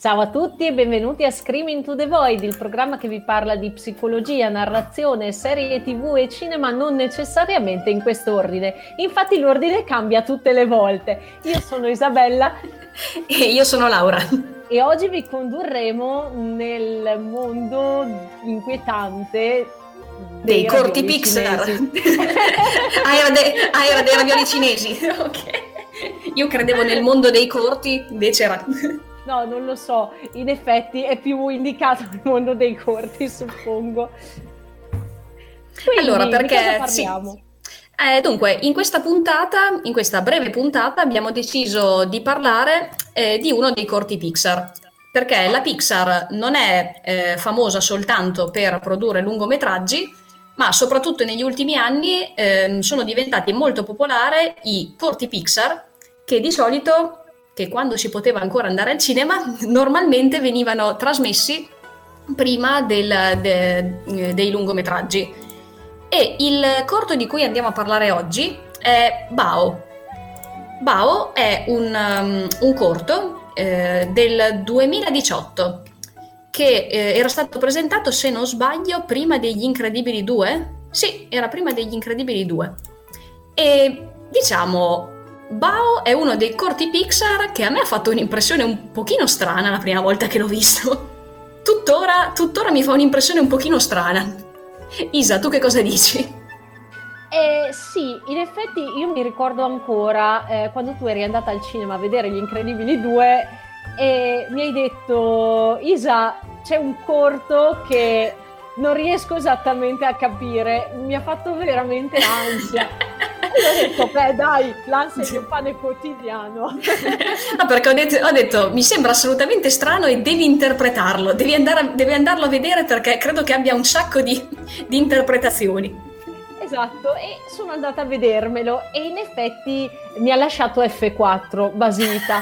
Ciao a tutti e benvenuti a Screaming to the Void, il programma che vi parla di psicologia, narrazione, serie TV e cinema non necessariamente in quest'ordine. Infatti l'ordine cambia tutte le volte. Io sono Isabella e io sono Laura. E oggi vi condurremo nel mondo inquietante dei corti Pixar. Era dei ravioli cinesi. Ok. Io credevo nel mondo dei corti, invece era... No, non lo so, in effetti è più indicato il mondo dei corti, suppongo. Quindi, allora, perché di cosa parliamo? Sì. Dunque, in questa breve puntata, abbiamo deciso di parlare di uno dei corti Pixar, perché la Pixar non è famosa soltanto per produrre lungometraggi, ma soprattutto negli ultimi anni sono diventati molto popolari i corti Pixar, che di solito, che quando si poteva ancora andare al cinema, normalmente venivano trasmessi prima dei lungometraggi. E il corto di cui andiamo a parlare oggi è Bao. Bao è un corto del 2018 che era stato presentato, se non sbaglio, prima degli Incredibili 2. Sì, era prima degli Incredibili 2. E diciamo, Bao è uno dei corti Pixar che a me ha fatto un'impressione un pochino strana la prima volta che l'ho visto. Tuttora mi fa un'impressione un pochino strana. Isa, tu che cosa dici? Sì, in effetti io mi ricordo ancora quando tu eri andata al cinema a vedere Gli Incredibili 2 e mi hai detto: Isa, c'è un corto che non riesco esattamente a capire, mi ha fatto veramente ansia. E ho detto, beh dai, l'ansia è il mio pane quotidiano. No, perché ho detto, mi sembra assolutamente strano e devi interpretarlo, devi andarlo a vedere, perché credo che abbia un sacco di interpretazioni. Esatto, e sono andata a vedermelo e in effetti mi ha lasciato F4, basita.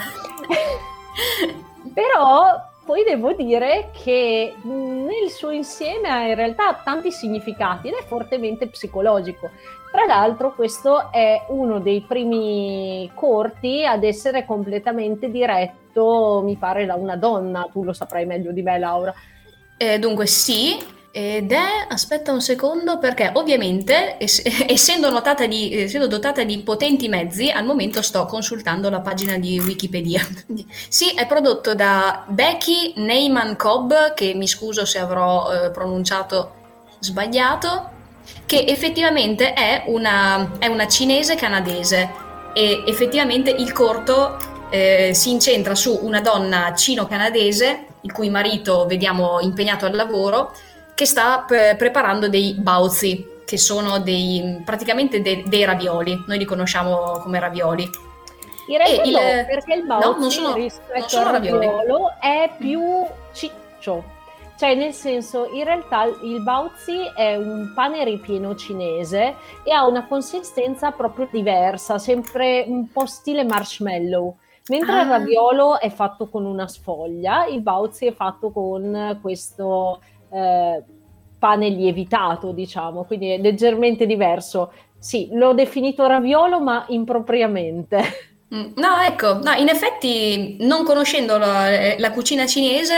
Però poi devo dire che nel suo insieme ha in realtà tanti significati ed è fortemente psicologico. Tra l'altro questo è uno dei primi corti ad essere completamente diretto, mi pare, da una donna. Tu lo saprai meglio di me, Laura. Dunque sì, ed è, aspetta un secondo, perché ovviamente essendo dotata di potenti mezzi, al momento sto consultando la pagina di Wikipedia. Sì, è prodotto da Becky Neyman Cobb, che mi scuso se avrò pronunciato sbagliato, che effettivamente è una cinese canadese, e effettivamente il corto si incentra su una donna cino-canadese il cui marito vediamo impegnato al lavoro, che sta preparando dei baozi, che sono praticamente dei ravioli. Noi li conosciamo come ravioli. In realtà no, perché il baozi rispetto al raviolo è più ciccio. Cioè, nel senso, in realtà il baozi è un pane ripieno cinese e ha una consistenza proprio diversa, sempre un po' stile marshmallow. Mentre il raviolo è fatto con una sfoglia, il baozi è fatto con questo pane lievitato, diciamo, quindi è leggermente diverso. Sì, l'ho definito raviolo, ma impropriamente. No, ecco, no, in effetti, non conoscendo la cucina cinese,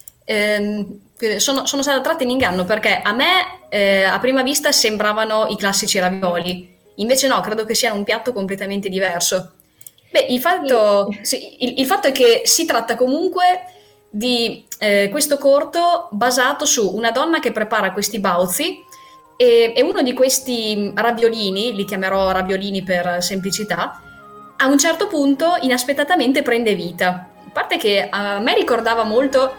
sono stata tratta in inganno, perché a me a prima vista sembravano i classici ravioli, invece no, credo che sia un piatto completamente diverso. Beh, il fatto è che si tratta comunque di questo corto basato su una donna che prepara questi baozi, e uno di questi raviolini, li chiamerò raviolini per semplicità, a un certo punto inaspettatamente prende vita. A parte che a me ricordava molto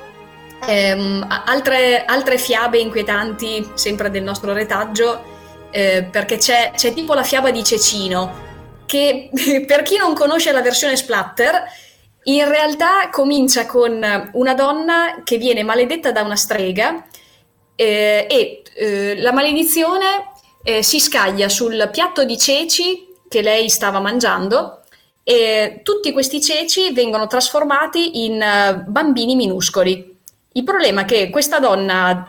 altre fiabe inquietanti, sempre del nostro retaggio, perché c'è tipo la fiaba di Cecino, che per chi non conosce la versione splatter, in realtà comincia con una donna che viene maledetta da una strega, e la maledizione si scaglia sul piatto di ceci che lei stava mangiando, e tutti questi ceci vengono trasformati in bambini minuscoli. Il problema è che questa donna,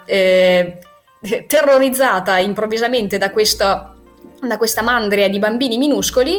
terrorizzata improvvisamente da questa mandria di bambini minuscoli,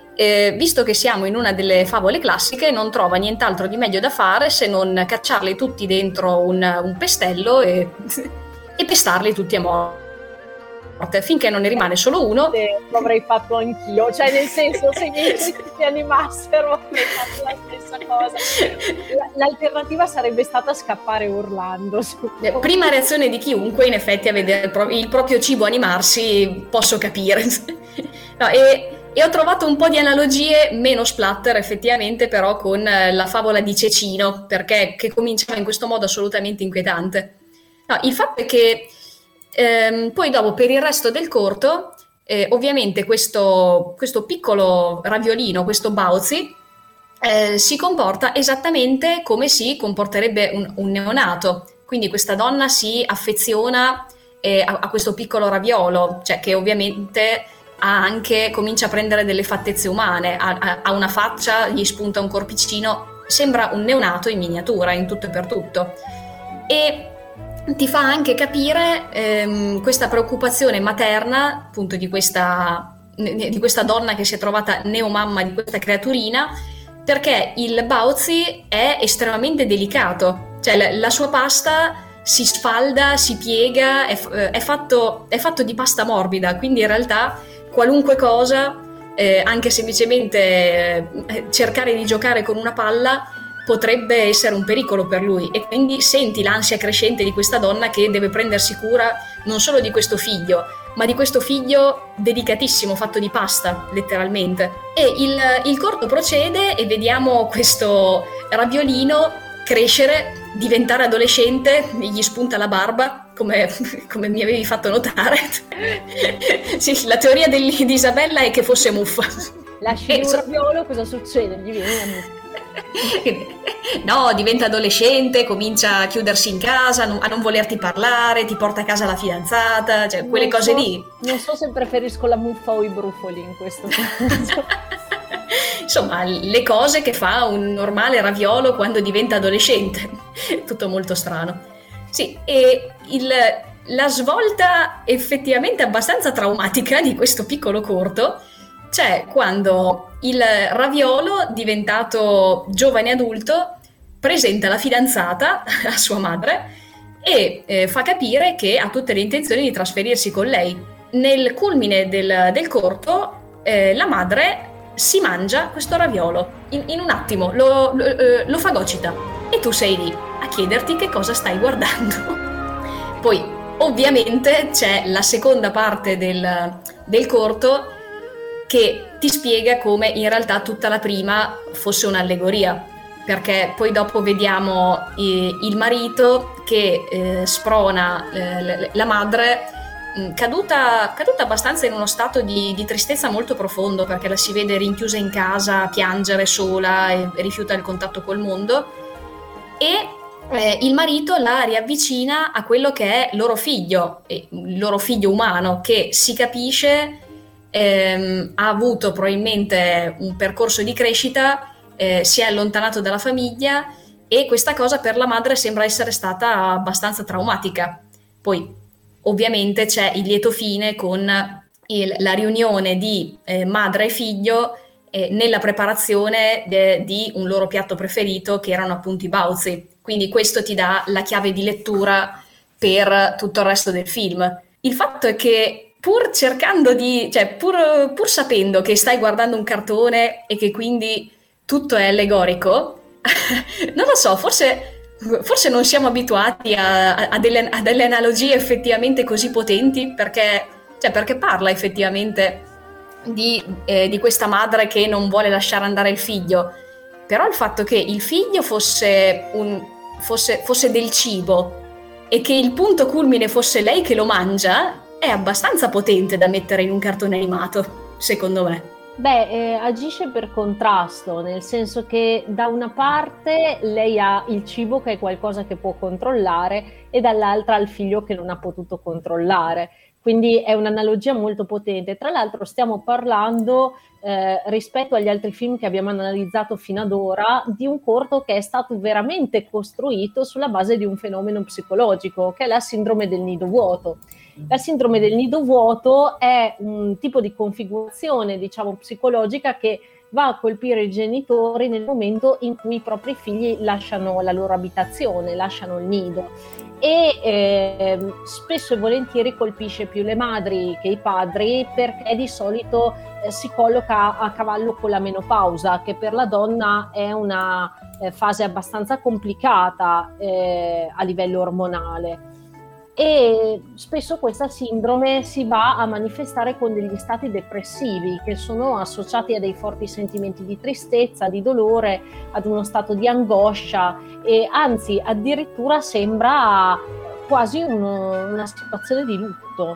visto che siamo in una delle favole classiche, non trova nient'altro di meglio da fare se non cacciarli tutti dentro un pestello e pestarli tutti a morte finché non ne rimane solo uno. Lo avrei fatto anch'io, cioè nel senso, se i miei si animassero avrei fatto la stessa cosa. L'alternativa sarebbe stata scappare urlando. Prima reazione di chiunque, in effetti, a vedere il proprio cibo animarsi, posso capire. No, e ho trovato un po' di analogie, meno splatter effettivamente, però con la favola di Cecino, perché che cominciava in questo modo assolutamente inquietante. No, il fatto è che poi dopo, per il resto del corto, ovviamente questo piccolo raviolino, questo Bauzi, si comporta esattamente come si comporterebbe un neonato. Quindi questa donna si affeziona a questo piccolo raviolo, cioè che ovviamente comincia a prendere delle fattezze umane, ha una faccia, gli spunta un corpicino, sembra un neonato in miniatura, in tutto e per tutto. E ti fa anche capire questa preoccupazione materna, appunto, di questa donna che si è trovata neomamma di questa creaturina, perché il Bauzi è estremamente delicato, cioè la sua pasta si sfalda, si piega, è fatto di pasta morbida, quindi in realtà qualunque cosa, anche semplicemente cercare di giocare con una palla, potrebbe essere un pericolo per lui, e quindi senti l'ansia crescente di questa donna che deve prendersi cura non solo di questo figlio, ma di questo figlio delicatissimo, fatto di pasta, letteralmente. E il corto procede e vediamo questo raviolino crescere, diventare adolescente, gli spunta la barba, come mi avevi fatto notare. Sì, la teoria di Isabella è che fosse muffa. Lasci un raviolo, cosa succede? Gli viene la muffa. No, diventa adolescente, comincia a chiudersi in casa, a non volerti parlare, ti porta a casa la fidanzata, cioè quelle cose lì. Non so se preferisco la muffa o i brufoli in questo caso. Insomma, le cose che fa un normale raviolo quando diventa adolescente. Tutto molto strano. Sì, e la svolta effettivamente abbastanza traumatica di questo piccolo corto c'è quando il raviolo, diventato giovane adulto, presenta la fidanzata a sua madre e fa capire che ha tutte le intenzioni di trasferirsi con lei. Nel culmine del corto, la madre si mangia questo raviolo in un attimo, lo fagocita, e tu sei lì a chiederti che cosa stai guardando. Poi ovviamente c'è la seconda parte del corto che ti spiega come in realtà tutta la prima fosse un'allegoria, perché poi dopo vediamo il marito che sprona la madre, caduta abbastanza in uno stato di tristezza molto profondo, perché la si vede rinchiusa in casa, piangere sola e rifiuta il contatto col mondo, e il marito la riavvicina a quello che è il loro figlio umano, che si capisce ha avuto probabilmente un percorso di crescita, si è allontanato dalla famiglia, e questa cosa per la madre sembra essere stata abbastanza traumatica. Poi ovviamente c'è il lieto fine con la riunione di madre e figlio nella preparazione di un loro piatto preferito, che erano appunto i Bauzi. Quindi questo ti dà la chiave di lettura per tutto il resto del film. Il fatto è che pur sapendo che stai guardando un cartone e che quindi tutto è allegorico, non lo so, forse non siamo abituati a delle analogie effettivamente così potenti, perché parla effettivamente di questa madre che non vuole lasciare andare il figlio, però il fatto che il figlio fosse del cibo e che il punto culmine fosse lei che lo mangia è abbastanza potente da mettere in un cartone animato, secondo me. Beh, agisce per contrasto, nel senso che da una parte lei ha il cibo, che è qualcosa che può controllare, e dall'altra ha il figlio che non ha potuto controllare. Quindi è un'analogia molto potente. Tra l'altro stiamo parlando, rispetto agli altri film che abbiamo analizzato fino ad ora, di un corto che è stato veramente costruito sulla base di un fenomeno psicologico, che è la sindrome del nido vuoto. La sindrome del nido vuoto è un tipo di configurazione, diciamo, psicologica che va a colpire i genitori nel momento in cui i propri figli lasciano la loro abitazione, lasciano il nido, e spesso e volentieri colpisce più le madri che i padri, perché di solito si colloca a cavallo con la menopausa, che per la donna è una fase abbastanza complicata a livello ormonale. E spesso questa sindrome si va a manifestare con degli stati depressivi che sono associati a dei forti sentimenti di tristezza, di dolore, ad uno stato di angoscia, e anzi addirittura sembra quasi una situazione di lutto.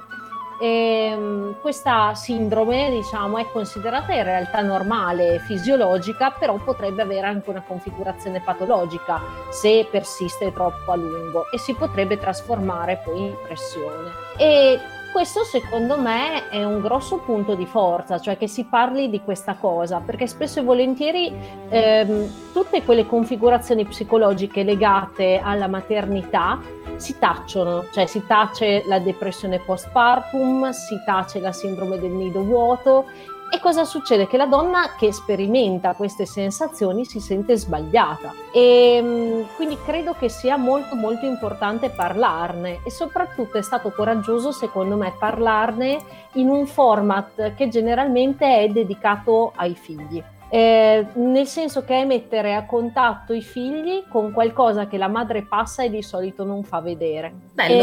Questa sindrome, diciamo, è considerata in realtà normale, fisiologica, però potrebbe avere anche una configurazione patologica se persiste troppo a lungo, e si potrebbe trasformare poi in depressione. E questo secondo me è un grosso punto di forza, cioè che si parli di questa cosa, perché spesso e volentieri tutte quelle configurazioni psicologiche legate alla maternità si tacciono, cioè si tace la depressione postpartum, si tace la sindrome del nido vuoto, e cosa succede? Che la donna che sperimenta queste sensazioni si sente sbagliata, e quindi credo che sia molto molto importante parlarne, e soprattutto è stato coraggioso secondo me parlarne in un format che generalmente è dedicato ai figli. Nel senso che è mettere a contatto i figli con qualcosa che la madre passa e di solito non fa vedere.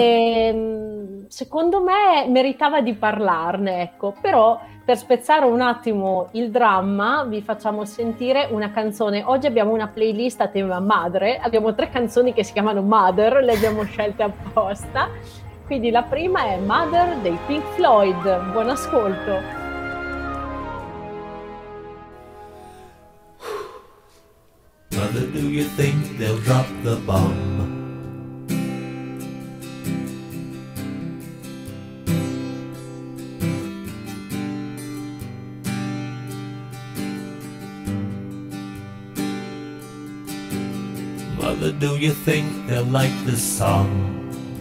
Secondo me meritava di parlarne, ecco. Però per spezzare un attimo il dramma vi facciamo sentire una canzone. Oggi abbiamo una playlist a tema madre, abbiamo 3 canzoni che si chiamano Mother, le abbiamo scelte apposta. Quindi la prima è Mother dei Pink Floyd. Buon ascolto. Mother, do you think they'll drop the bomb? Mother, do you think they'll like this song?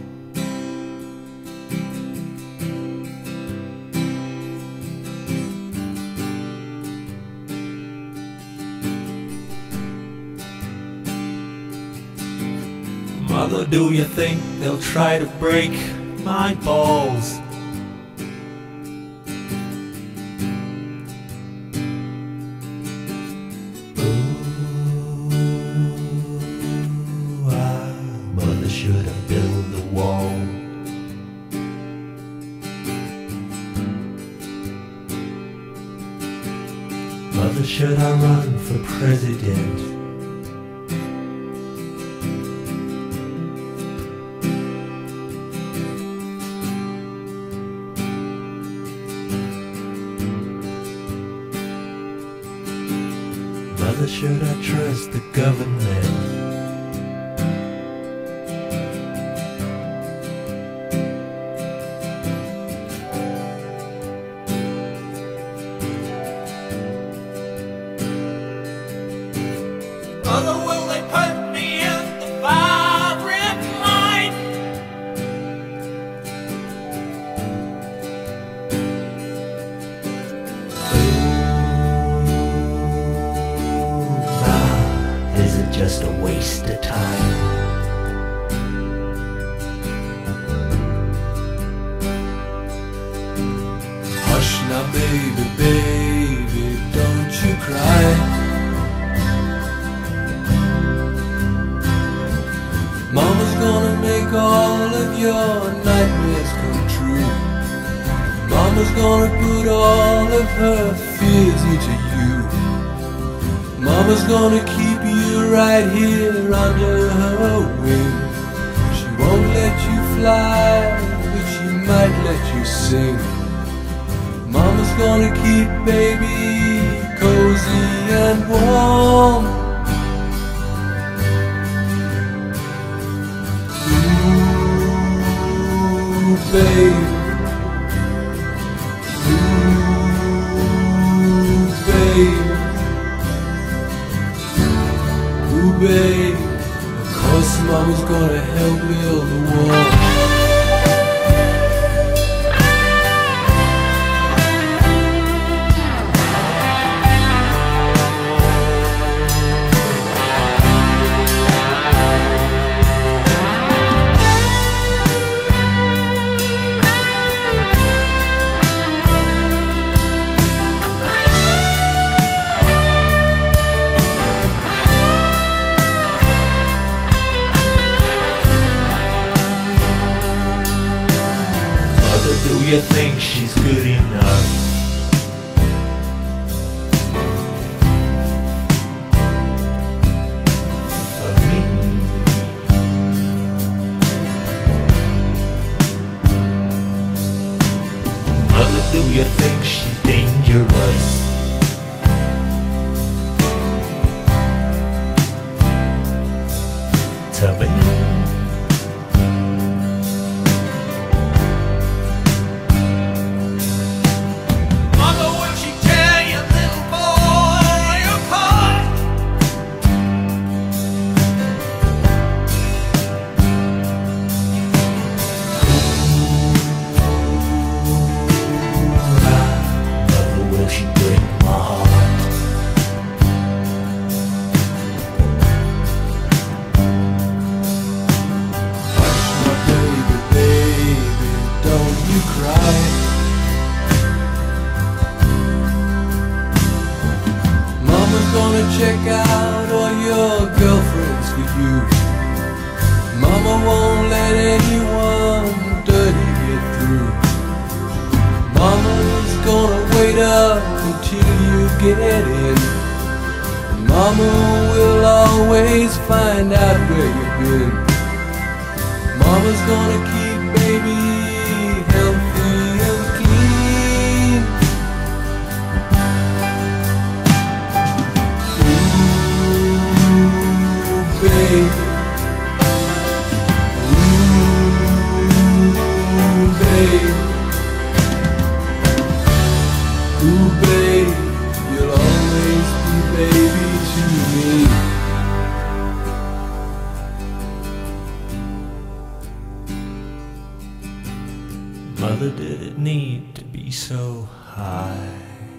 Mother, do you think they'll try to break my balls? Mother should have built the wall. Mother, should I run for president? Mother, should I trust the government? Mother, will they put me in the firing line? Is it just a waste of time? Hush now, baby, baby, don't you cry. Mama's gonna make all of your nightmares come true. Mama's gonna put all of her fears into you. Mama's gonna keep you right here under her wing. She won't let you fly, but she might let you sing. Mama's gonna keep baby cozy and warm. Ooh, babe. Ooh, babe. Ooh, babe, of course Mama's gonna help build the wall. you think she's good enough for me? Mother, do you think she's dangerous? Tell me. Mother, would she tear your little boy apart? Mother, will she break my heart? Gonna check out all your girlfriends for you. Mama won't let anyone dirty get through. Mama's gonna wait up until you get in. Mama will always find out where you've been. Mama's gonna keep baby healthy and clean. Baby, ooh, baby, ooh, baby, you'll always be baby to me. Mother, did it need to be so high?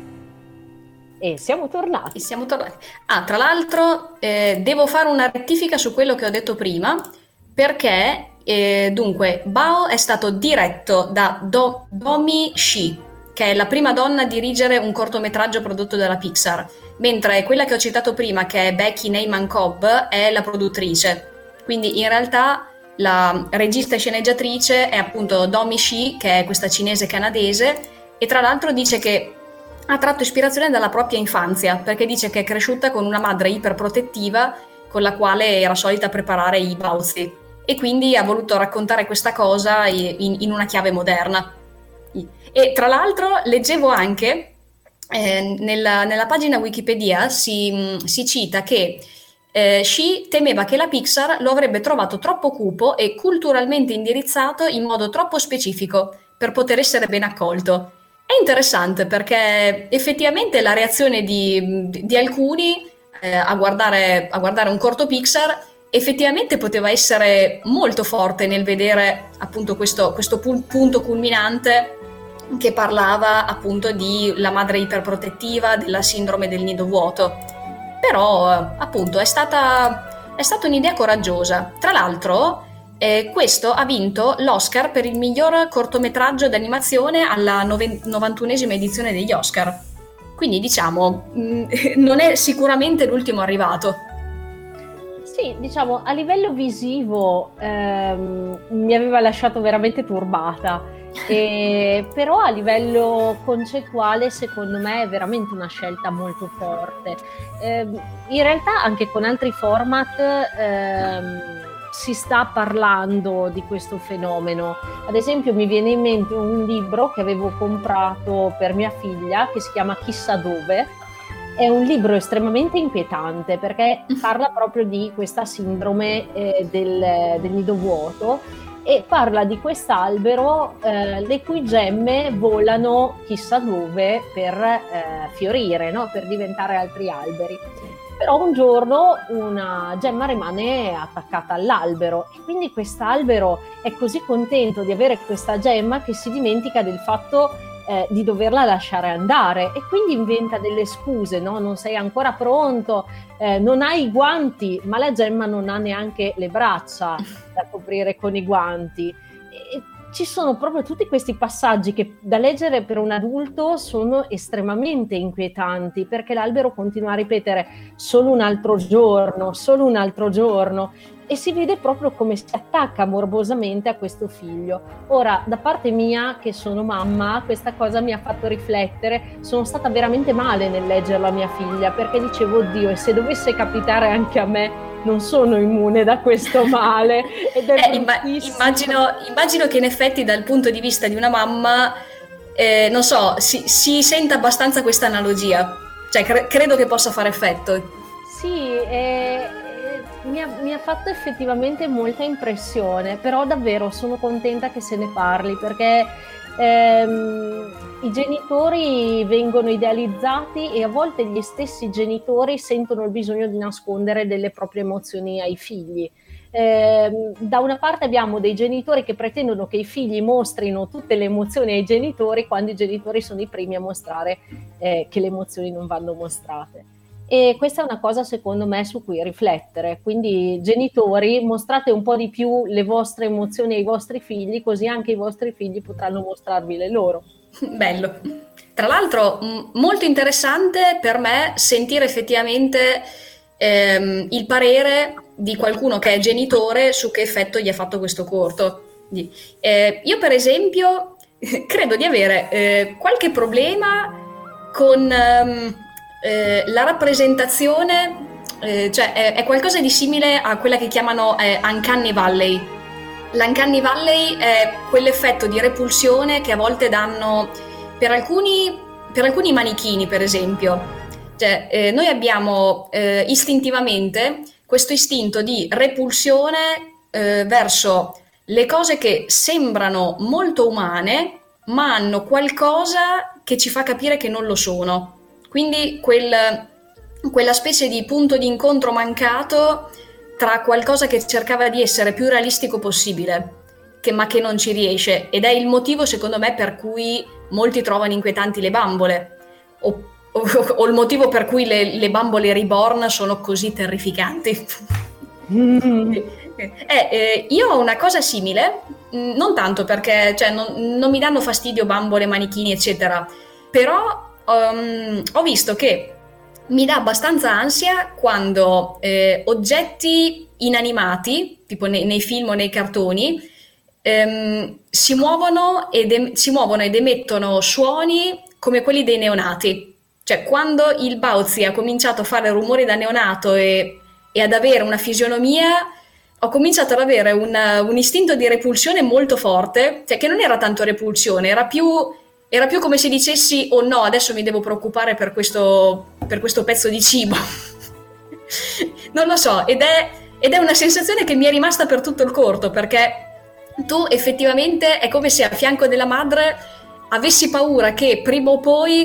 E siamo tornati. Ah, tra l'altro devo fare una rettifica su quello che ho detto prima, perché dunque Bao è stato diretto da Domi Shi, che è la prima donna a dirigere un cortometraggio prodotto dalla Pixar, mentre quella che ho citato prima, che è Becky Neyman Cobb, è la produttrice. Quindi in realtà la regista e sceneggiatrice è appunto Domi Shi, che è questa cinese canadese, e tra l'altro dice che ha tratto ispirazione dalla propria infanzia, perché dice che è cresciuta con una madre iperprotettiva con la quale era solita preparare i baozi, e quindi ha voluto raccontare questa cosa in una chiave moderna. E tra l'altro leggevo anche nella pagina Wikipedia si cita che Shi temeva che la Pixar lo avrebbe trovato troppo cupo e culturalmente indirizzato in modo troppo specifico per poter essere ben accolto. È interessante perché effettivamente la reazione di alcuni a guardare un corto Pixar effettivamente poteva essere molto forte nel vedere appunto questo punto culminante che parlava appunto di la madre iperprotettiva, della sindrome del nido vuoto. Però appunto è stata un'idea coraggiosa. Tra l'altro questo ha vinto l'Oscar per il miglior cortometraggio d'animazione alla 91esima edizione degli Oscar. Quindi diciamo non è sicuramente l'ultimo arrivato. Sì, diciamo a livello visivo mi aveva lasciato veramente turbata, però a livello concettuale secondo me è veramente una scelta molto forte. In realtà anche con altri format si sta parlando di questo fenomeno. Ad esempio mi viene in mente un libro che avevo comprato per mia figlia che si chiama Chissà dove. È un libro estremamente inquietante perché parla proprio di questa sindrome del nido vuoto, e parla di quest'albero le cui gemme volano chissà dove per fiorire, no? Per diventare altri alberi. Però un giorno una gemma rimane attaccata all'albero e quindi quest'albero è così contento di avere questa gemma che si dimentica del fatto di doverla lasciare andare, e quindi inventa delle scuse, no? Non sei ancora pronto, non hai i guanti, ma la gemma non ha neanche le braccia da coprire con i guanti. ci sono proprio tutti questi passaggi che da leggere per un adulto sono estremamente inquietanti, perché l'albero continua a ripetere solo un altro giorno, e si vede proprio come si attacca morbosamente a questo figlio. Ora, da parte mia, che sono mamma, questa cosa mi ha fatto riflettere. Sono stata veramente male nel leggerla a mia figlia, perché dicevo, oddio, e se dovesse capitare anche a me, non sono immune da questo male. Ed è immagino che in effetti dal punto di vista di una mamma, non so, si senta abbastanza questa analogia, cioè credo che possa fare effetto. Sì, mi ha fatto effettivamente molta impressione, però davvero sono contenta che se ne parli, perché i genitori vengono idealizzati e a volte gli stessi genitori sentono il bisogno di nascondere delle proprie emozioni ai figli. Da una parte abbiamo dei genitori che pretendono che i figli mostrino tutte le emozioni ai genitori, quando i genitori sono i primi a mostrare che le emozioni non vanno mostrate. E questa è una cosa secondo me su cui riflettere, quindi genitori, mostrate un po' di più le vostre emozioni ai vostri figli, così anche i vostri figli potranno mostrarvi le loro. Bello. Tra l'altro molto interessante per me sentire effettivamente il parere di qualcuno che è genitore su che effetto gli ha fatto questo corto. Io per esempio credo di avere qualche problema con la rappresentazione, cioè è qualcosa di simile a quella che chiamano Uncanny Valley. L'Uncanny Valley è quell'effetto di repulsione che a volte danno per alcuni manichini, per esempio. Cioè, noi abbiamo istintivamente questo istinto di repulsione verso le cose che sembrano molto umane, ma hanno qualcosa che ci fa capire che non lo sono. Quindi quella specie di punto di incontro mancato tra qualcosa che cercava di essere più realistico possibile, ma che non ci riesce, ed è il motivo secondo me per cui molti trovano inquietanti le bambole, o il motivo per cui le bambole reborn sono così terrificanti. Io ho una cosa simile, non tanto perché non mi danno fastidio bambole, manichini eccetera, però ho visto che mi dà abbastanza ansia quando oggetti inanimati, tipo nei film o nei cartoni, si muovono ed emettono suoni come quelli dei neonati. Cioè, quando il Bauzi ha cominciato a fare rumori da neonato e ad avere una fisionomia, ho cominciato ad avere un istinto di repulsione molto forte, cioè che non era tanto repulsione, era più come se dicessi oh no, adesso mi devo preoccupare per questo pezzo di cibo. Non lo so, ed è una sensazione che mi è rimasta per tutto il corto, perché tu effettivamente è come se a fianco della madre avessi paura che prima o poi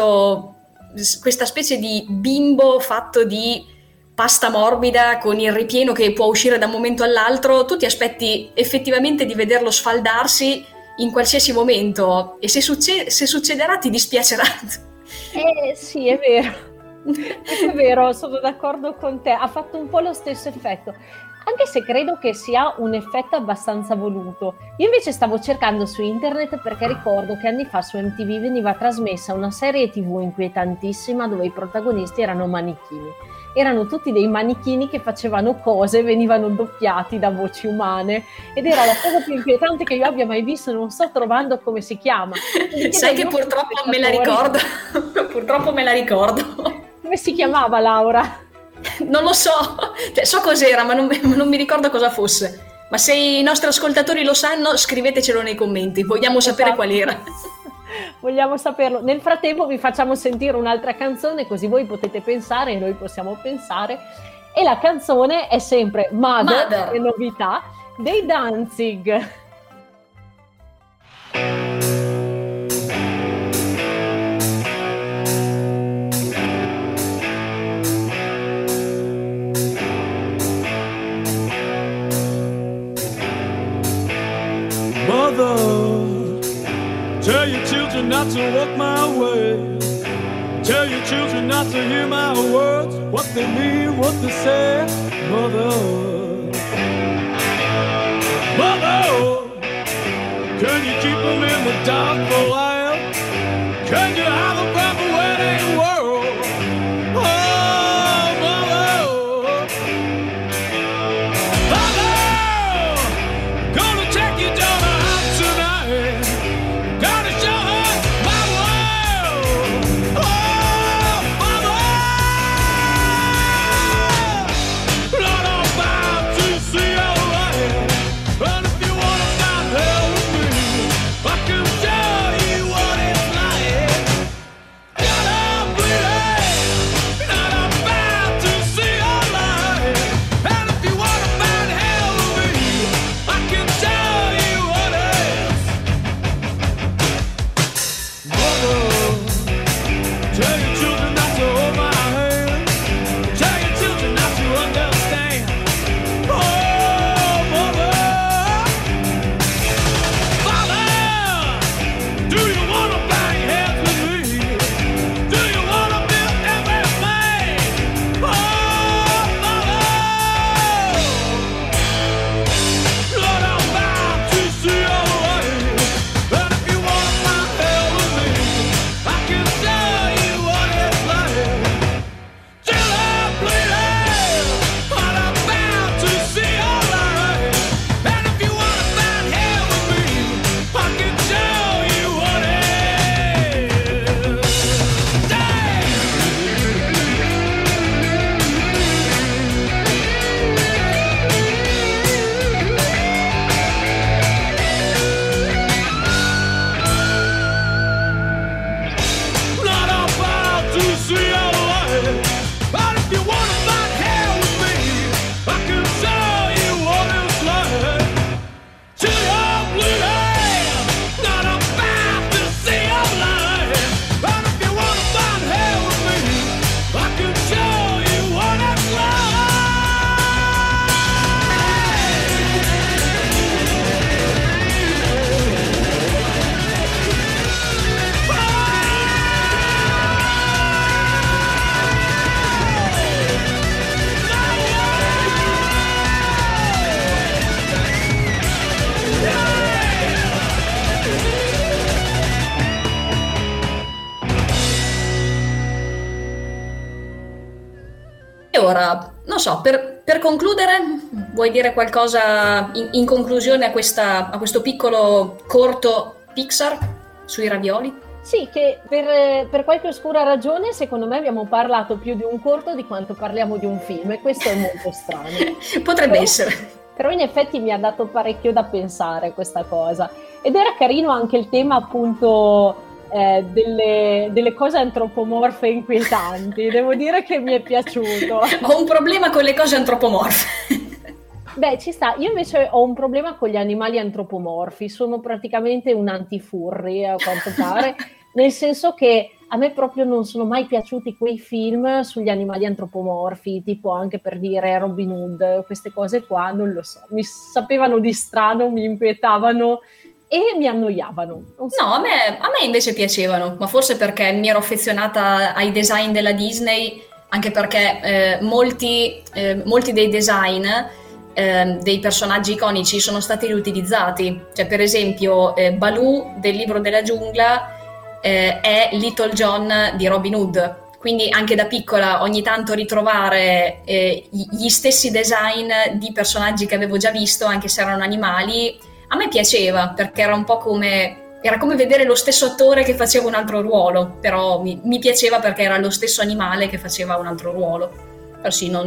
questa specie di bimbo fatto di pasta morbida con il ripieno che può uscire da un momento all'altro, tu ti aspetti effettivamente di vederlo sfaldarsi in qualsiasi momento, e se succederà ti dispiacerà. Sì, è vero, sono d'accordo con te, ha fatto un po' lo stesso effetto, anche se credo che sia un effetto abbastanza voluto. Io invece stavo cercando su internet, perché ricordo che anni fa su MTV veniva trasmessa una serie TV inquietantissima dove i protagonisti erano manichini. Erano tutti dei manichini che facevano cose, venivano doppiati da voci umane, ed era la cosa più inquietante che io abbia mai visto, non sto trovando come si chiama. Sai che purtroppo me la ricordo. Purtroppo me la ricordo. Come si chiamava, Laura? Non lo so, cioè, so cos'era, ma non mi ricordo cosa fosse. Ma se i nostri ascoltatori lo sanno, scrivetecelo nei commenti, vogliamo sapere qual era. Vogliamo saperlo. Nel frattempo vi facciamo sentire un'altra canzone, così voi potete pensare e noi possiamo pensare. E la canzone è sempre Mother. Che novità, dei Danzig. Mother, tell your children not to walk my way. Tell your children not to hear my words, what they mean, what they say. Mother, Can you keep them in the dark for a while? Can you have a proper wedding world? Oh, mother, mother, gonna take your daughter out tonight. Gonna show her my world. Oh, mother, not about to see your light. But if you wanna find hell with me, I can show you what it's like. Got a bleeding, not about to see your light. And if you wanna find hell with me, I can show you what it's. Mother, tell your children not to hold my hand. Tell your children not to understand. Oh, mother, father, do you wanna bang heads with me? Do you wanna build everything? Oh, mother, Lord, I'm about to see your light. And if you wanna find hell with me, I can tell you what it's like. Till I'm bleeding, but I'm about to see your light. And if you wanna find hell with me, I can tell you what it is. Damn! Not about to see your light. But if you wanna find hell with me, I can show you what it's like. Till you're bleeding, not about to see your light. But if you wanna find hell with me, I can show you what it's like. E ora, non so, per concludere, vuoi dire qualcosa in conclusione a questo piccolo corto Pixar sui ravioli? Sì, che per qualche oscura ragione, secondo me, abbiamo parlato più di un corto di quanto parliamo di un film, e questo è molto strano. Potrebbe essere. Però in effetti mi ha dato parecchio da pensare questa cosa. Ed era carino anche il tema, appunto, delle cose antropomorfe inquietanti. Devo dire che mi è piaciuto. Ho un problema con le cose antropomorfe. Beh, ci sta. Io invece ho un problema con gli animali antropomorfi. Sono praticamente un anti-furry, a quanto pare, nel senso che a me proprio non sono mai piaciuti quei film sugli animali antropomorfi, tipo, anche per dire, Robin Hood, queste cose qua, non lo so. Mi sapevano di strano, mi inquietavano e mi annoiavano. Non so. No, a me invece piacevano, ma forse perché mi ero affezionata ai design della Disney, anche perché molti dei design dei personaggi iconici sono stati riutilizzati. Cioè, per esempio, Baloo del Libro della Giungla è Little John di Robin Hood. Quindi anche da piccola ogni tanto ritrovare gli stessi design di personaggi che avevo già visto, anche se erano animali, a me piaceva, perché era un po' come vedere lo stesso attore che faceva un altro ruolo, però mi piaceva perché era lo stesso animale che faceva un altro ruolo. Però sì, non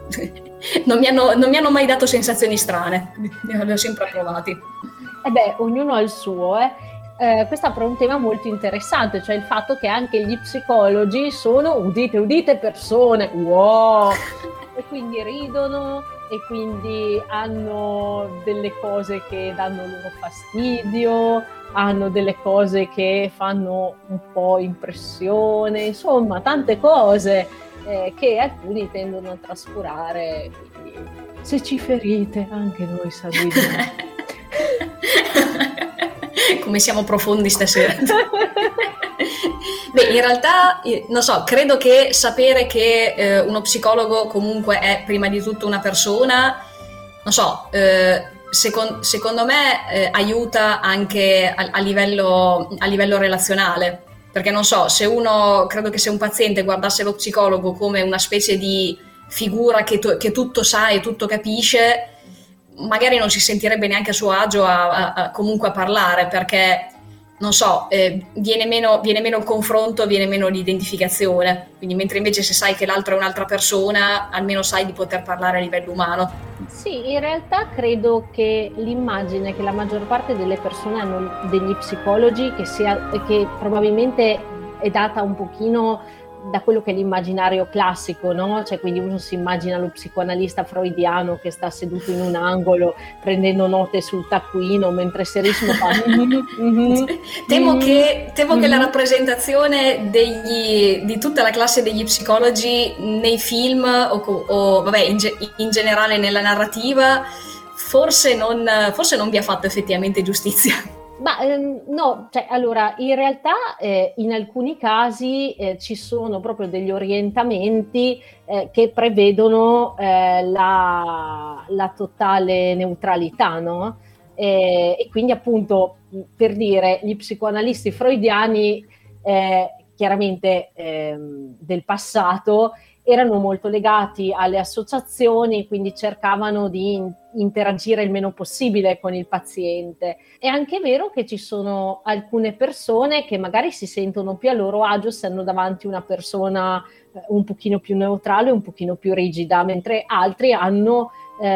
mi hanno mai dato sensazioni strane, li ho sempre approvati. Beh, ognuno ha il suo, questo apre un tema molto interessante, cioè il fatto che anche gli psicologi sono, udite persone, wow, e quindi ridono, e quindi hanno delle cose che danno loro fastidio, hanno delle cose che fanno un po' impressione, insomma tante cose che alcuni tendono a trascurare, quindi se ci ferite anche noi sappiamo. Come siamo profondi stasera. Beh, in realtà, non so, credo che sapere che uno psicologo comunque è prima di tutto una persona, non so, secondo me aiuta anche a livello relazionale, perché non so, credo che se un paziente guardasse lo psicologo come una specie di figura che tutto sa e tutto capisce, magari non si sentirebbe neanche a suo agio comunque a parlare, perché non so, viene meno il confronto, viene meno l'identificazione. Quindi mentre invece se sai che l'altro è un'altra persona, almeno sai di poter parlare a livello umano. Sì, in realtà credo che l'immagine che la maggior parte delle persone hanno degli psicologi, che probabilmente è data un pochino da quello che è l'immaginario classico, no? Cioè, quindi uno si immagina lo psicoanalista freudiano che sta seduto in un angolo prendendo note sul taccuino mentre Serismo fa temo che la rappresentazione di tutta la classe degli psicologi nei film o vabbè in generale nella narrativa forse non vi ha fatto effettivamente giustizia. No, cioè, allora, in realtà in alcuni casi ci sono proprio degli orientamenti che prevedono la totale neutralità, no? E quindi appunto, per dire, gli psicoanalisti freudiani chiaramente del passato erano molto legati alle associazioni, quindi cercavano di interagire il meno possibile con il paziente. È anche vero che ci sono alcune persone che magari si sentono più a loro agio se hanno davanti una persona un pochino più neutrale, un pochino più rigida, mentre altri hanno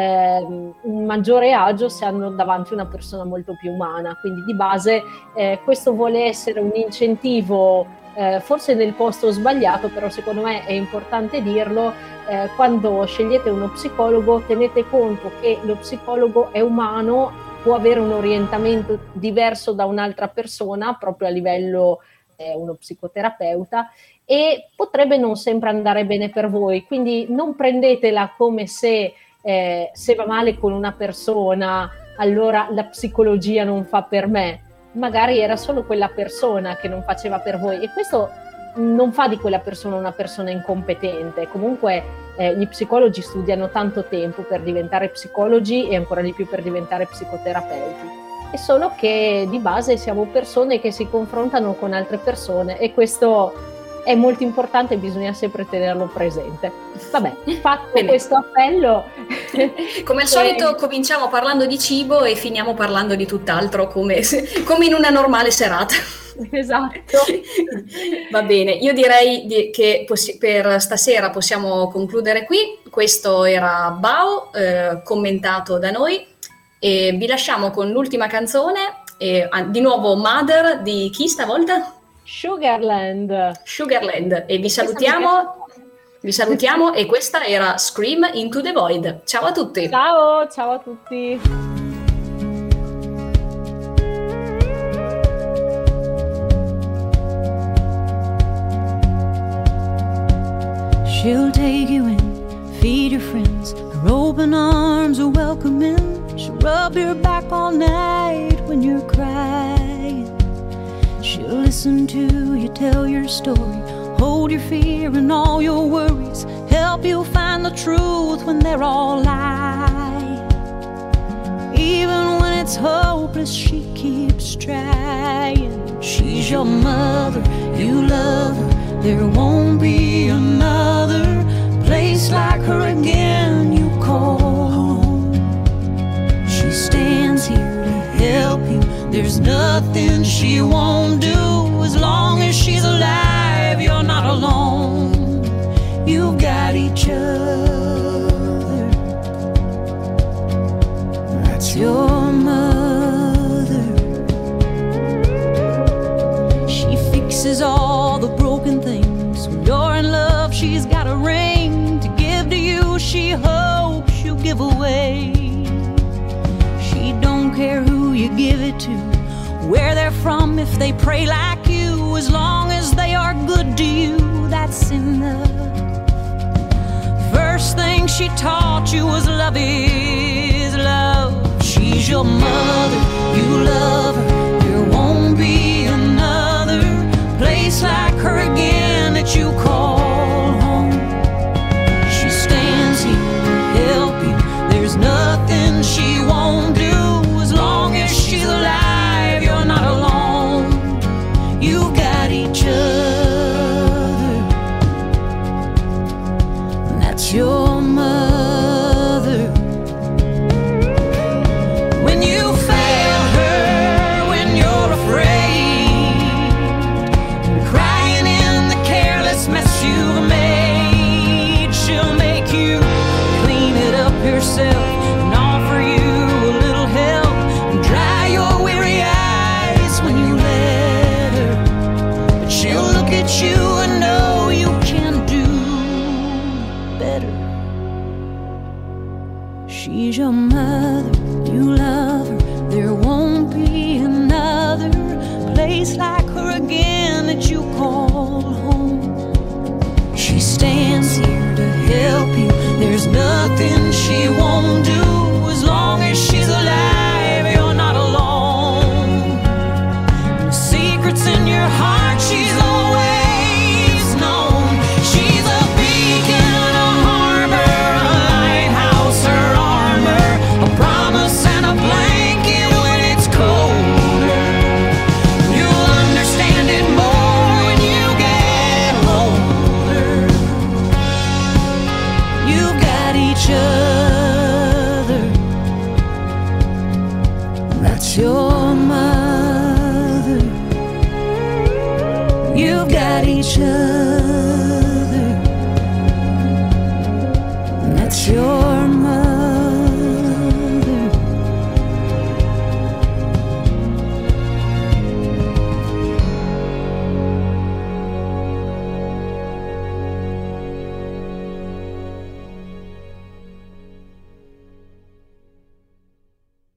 un maggiore agio se hanno davanti una persona molto più umana. Quindi di base questo vuole essere un incentivo forse nel posto sbagliato, però secondo me è importante dirlo. Quando scegliete uno psicologo tenete conto che lo psicologo è umano, può avere un orientamento diverso da un'altra persona proprio a livello uno psicoterapeuta, e potrebbe non sempre andare bene per voi, quindi non prendetela come se va male con una persona allora la psicologia non fa per me. Magari era solo quella persona che non faceva per voi, e questo non fa di quella persona una persona incompetente. Comunque gli psicologi studiano tanto tempo per diventare psicologi e ancora di più per diventare psicoterapeuti. È solo che di base siamo persone che si confrontano con altre persone, e questo è molto importante, bisogna sempre tenerlo presente. Vabbè, fatto Bene. Questo appello. Come al solito cominciamo parlando di cibo e finiamo parlando di tutt'altro, come in una normale serata. Esatto. Va bene, io direi che per stasera possiamo concludere qui. Questo era Bao, commentato da noi, e vi lasciamo con l'ultima canzone, di nuovo Mother di chi stavolta? Sugarland, e vi salutiamo e questa era Scream into the Void. Ciao a tutti. Ciao a tutti. She'll take you in, feed your friends, her open arms are welcoming. She'll rub your back all night when you're crying. She'll listen to you tell your story, hold your fear and all your worries, help you find the truth when they're all lies. Even when it's hopeless, she keeps trying. She's your mother, you love her, there won't be another place like her again you call home. She stands here to help you, there's nothing she won't do. As long as she's alive, you're not alone. You've got each other. That's your mother. She fixes all the broken things. When you're in love, she's got a ring to give to you. She hopes you give away. She don't care who you give it to, where they're from, if they pray like you. As long as they are good to you, that's enough. First thing she taught you was love is love. She's your mother, you love her, there won't be another place like her again that you call home. She stands here to help you, there's nothing she won't do. You've got each other.